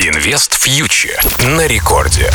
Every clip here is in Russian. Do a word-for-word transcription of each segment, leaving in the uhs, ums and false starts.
Инвест Фьючер на рекорде.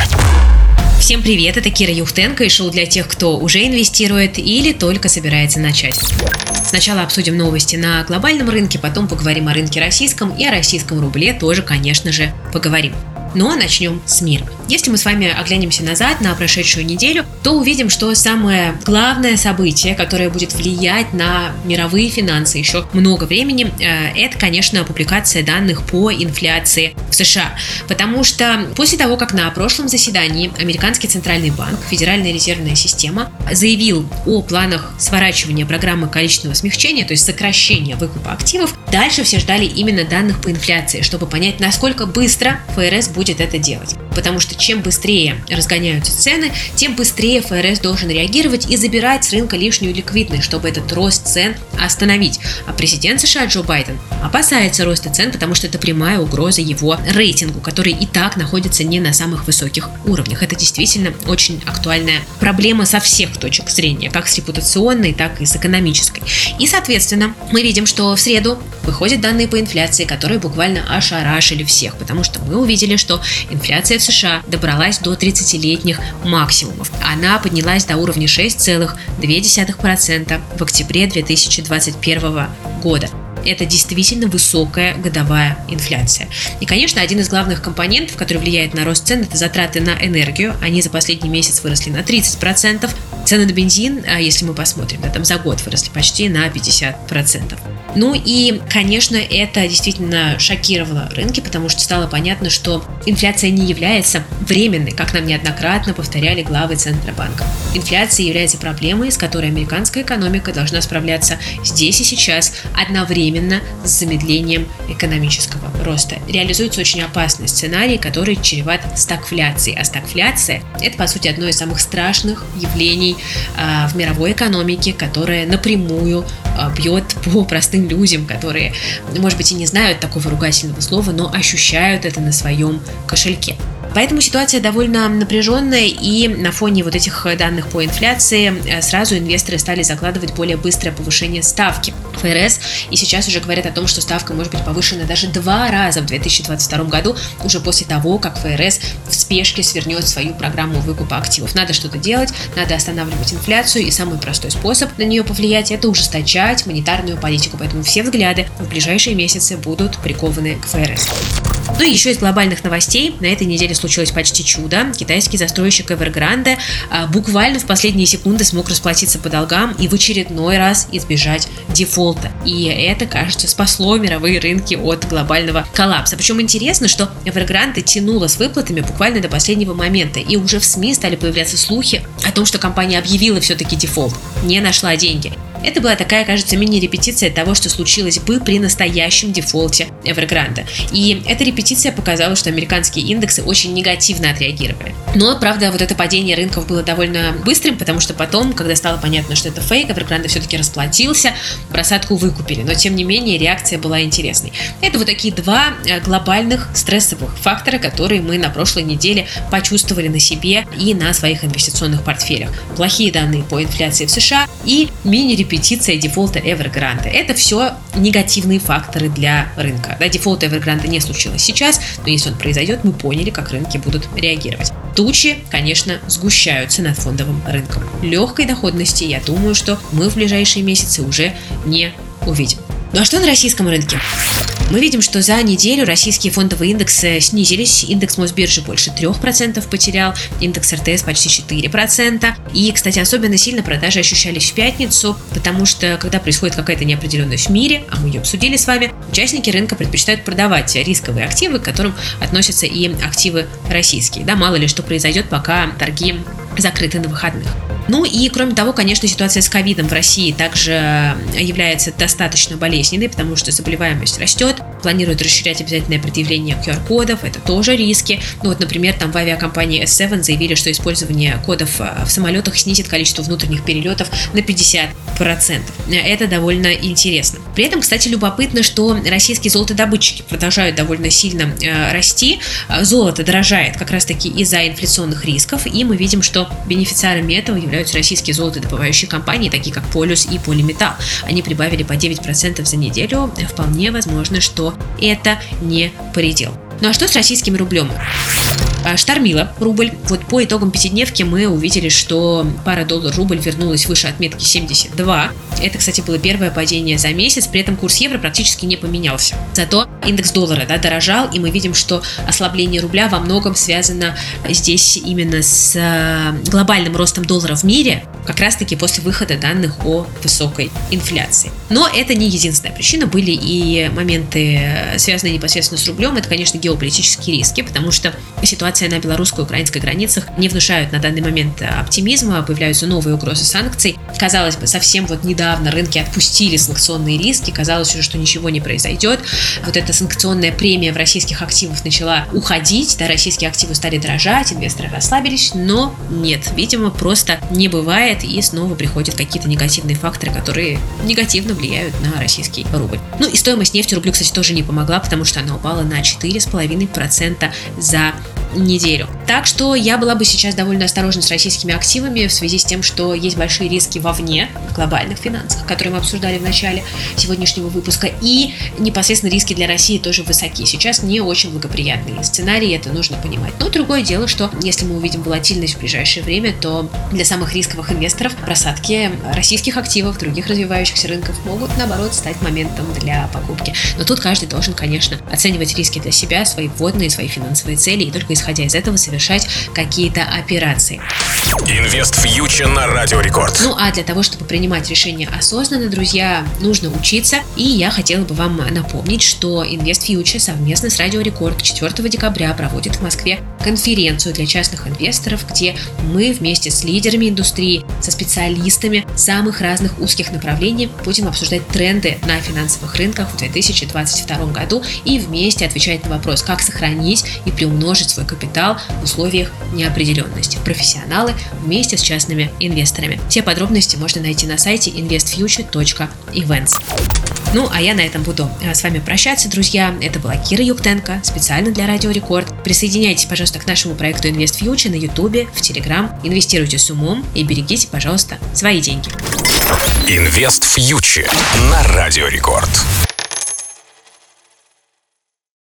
Всем привет, это Кира Юхтенко и шоу для тех, кто уже инвестирует или только собирается начать. Сначала обсудим новости на глобальном рынке, потом поговорим о рынке российском и о российском рубле тоже, конечно же, поговорим. Ну а начнем с мира. Если мы с вами оглянемся назад на прошедшую неделю, то увидим, что самое главное событие, которое будет влиять на мировые финансы еще много времени, это, конечно, публикация данных по инфляции в США. Потому что после того, как на прошлом заседании Американский центральный банк, Федеральная резервная система, заявил о планах сворачивания программы количественного смягчения, то есть сокращения выкупа активов, дальше все ждали именно данных по инфляции, чтобы понять, насколько быстро ФРС будет это делать. Потому что чем быстрее разгоняются цены, тем быстрее ФРС должен реагировать и забирать с рынка лишнюю ликвидность, чтобы этот рост цен остановить. А президент США Джо Байден опасается роста цен, потому что это прямая угроза его рейтингу, который и так находится не на самых высоких уровнях. Это действительно очень актуальная проблема со всех точек зрения, как с репутационной, так и с экономической. И, соответственно, мы видим, что в среду выходят данные по инфляции, которые буквально ошарашили всех, потому что мы увидели, что инфляция в США добралась до тридцатилетних максимумов. Она поднялась до уровня шесть целых две десятых процента в октябре две тысячи двадцать первого года. Это действительно высокая годовая инфляция. И, конечно, один из главных компонентов, который влияет на рост цен, это затраты на энергию. Они за последний месяц выросли на тридцать процентов. Цены на бензин, если мы посмотрим, да, там за год выросли почти на пятьдесят процентов. Ну и, конечно, это действительно шокировало рынки, потому что стало понятно, что инфляция не является временной, как нам неоднократно повторяли главы Центробанка. Инфляция является проблемой, с которой американская экономика должна справляться здесь и сейчас, одновременно с замедлением экономического роста. Реализуется очень опасный сценарий, который чреват стагфляцией. А стагфляция – это, по сути, одно из самых страшных явлений э, в мировой экономике, которое напрямую э, бьет по простым людям, которые, может быть, и не знают такого ругательного слова, но ощущают это на своем кошельке. Поэтому ситуация довольно напряженная, и на фоне вот этих данных по инфляции сразу инвесторы стали закладывать более быстрое повышение ставки ФРС, и сейчас уже говорят о том, что ставка может быть повышена даже два раза в две тысячи двадцать втором году, уже после того, как ФРС в спешке свернет свою программу выкупа активов. Надо что-то делать, надо останавливать инфляцию, и самый простой способ на нее повлиять – это ужесточать монетарную политику, поэтому все взгляды в ближайшие месяцы будут прикованы к ФРС. Ну и еще из глобальных новостей. На этой неделе случилось почти чудо. Китайский застройщик Evergrande а, буквально в последние секунды смог расплатиться по долгам и в очередной раз избежать дефолта. И это, кажется, спасло мировые рынки от глобального коллапса. Причем интересно, что Evergrande тянула с выплатами буквально до последнего момента. И уже в СМИ стали появляться слухи о том, что компания объявила все-таки дефолт, не нашла деньги. Это была такая, кажется, мини-репетиция того, что случилось бы при настоящем дефолте Evergrande. И эта репетиция показала, что американские индексы очень негативно отреагировали. Но, правда, вот это падение рынков было довольно быстрым, потому что потом, когда стало понятно, что это фейк, Evergrande все-таки расплатился, просадку выкупили. Но, тем не менее, реакция была интересной. Это вот такие два глобальных стрессовых фактора, которые мы на прошлой неделе почувствовали на себе и на своих инвестиционных портфелях. Плохие данные по инфляции в США и мини-репетиция Репетиция дефолта Evergrande. Это все негативные факторы для рынка. Да, дефолт Evergrande не случилось сейчас, но если он произойдет, мы поняли, как рынки будут реагировать. Тучи, конечно, сгущаются над фондовым рынком. Легкой доходности, я думаю, что мы в ближайшие месяцы уже не увидим. Ну а что на российском рынке? Мы видим, что за неделю российские фондовые индексы снизились. Индекс Мосбиржи больше трех процентов потерял, индекс эр тэ эс почти четыре процента. И, кстати, особенно сильно продажи ощущались в пятницу, потому что, когда происходит какая-то неопределенность в мире, а мы ее обсудили с вами, участники рынка предпочитают продавать рисковые активы, к которым относятся и активы российские. Да, мало ли что произойдет, пока торги закрыты на выходных. Ну и, кроме того, конечно, ситуация с ковидом в России также является достаточно болезненной, потому что заболеваемость растет, планируют расширять обязательное предъявление ку ар кодов, это тоже риски. Ну вот, например, там в авиакомпании эс семь заявили, что использование кодов в самолетах снизит количество внутренних перелетов на пятьдесят процентов. Это довольно интересно. При этом, кстати, любопытно, что российские золотодобытчики продолжают довольно сильно э, расти. Золото дорожает как раз-таки из-за инфляционных рисков, и мы видим, что бенефициарами этого являются российские золотодобывающие компании, такие как Полюс и Полиметалл. Они прибавили по девять процентов за неделю. Вполне возможно, что это не предел. Ну а что с российским рублем? Штормило рубль. Вот по итогам пятидневки мы увидели, что пара доллар-рубль вернулась выше отметки семьдесят два. Это, кстати, было первое падение за месяц. При этом курс евро практически не поменялся. Зато индекс доллара, да, дорожал, и мы видим, что ослабление рубля во многом связано здесь именно с глобальным ростом доллара в мире, как раз-таки после выхода данных о высокой инфляции. Но это не единственная причина. Были и моменты, связанные непосредственно с рублем. Это, конечно, геополитические риски, потому что ситуация на белорусско-украинской границах не внушают на данный момент оптимизма, появляются новые угрозы санкций. Казалось бы, совсем вот недавно рынки отпустили санкционные риски, казалось уже, что ничего не произойдет. Вот эта санкционная премия в российских активах начала уходить, да, российские активы стали дорожать, инвесторы расслабились, но нет, видимо, просто не бывает, и снова приходят какие-то негативные факторы, которые негативно влияют на российский рубль. Ну и стоимость нефти рублю, кстати, тоже не помогла, потому что она упала на четыре целых пять десятых процента за неделю. Так что я была бы сейчас довольно осторожна с российскими активами в связи с тем, что есть большие риски вовне, в глобальных финансах, которые мы обсуждали в начале сегодняшнего выпуска, и непосредственно риски для России тоже высоки. Сейчас не очень благоприятные сценарии, это нужно понимать. Но другое дело, что если мы увидим волатильность в ближайшее время, то для самых рисковых инвесторов просадки российских активов, других развивающихся рынков могут, наоборот, стать моментом для покупки. Но тут каждый должен, конечно, оценивать риски для себя, свои вводные, свои финансовые цели, и только исходя из этого совершать какие-то операции. Инвест Фьючер на Радио Рекорд. Ну а для того, чтобы принимать решения осознанно, друзья, нужно учиться. И я хотела бы вам напомнить, что Инвест Фьючер совместно с Радио Рекорд четвёртого декабря проводит в Москве конференцию для частных инвесторов, где мы вместе с лидерами индустрии, со специалистами самых разных узких направлений будем обсуждать тренды на финансовых рынках в две тысячи двадцать втором году и вместе отвечать на вопрос, как сохранить и приумножить свой капитал в условиях неопределенности. Профессионалы вместе с частными инвесторами. Все подробности можно найти на сайте инвест фьючер точка ивентс. Ну, а я на этом буду с вами прощаться, друзья. Это была Кира Юхтенко, специально для Радио Рекорд. Присоединяйтесь, пожалуйста, к нашему проекту Инвест Фьючер на Ютубе, в Телеграм. Инвестируйте с умом и берегите, пожалуйста, свои деньги. Инвест Фьючер на Радио Рекорд.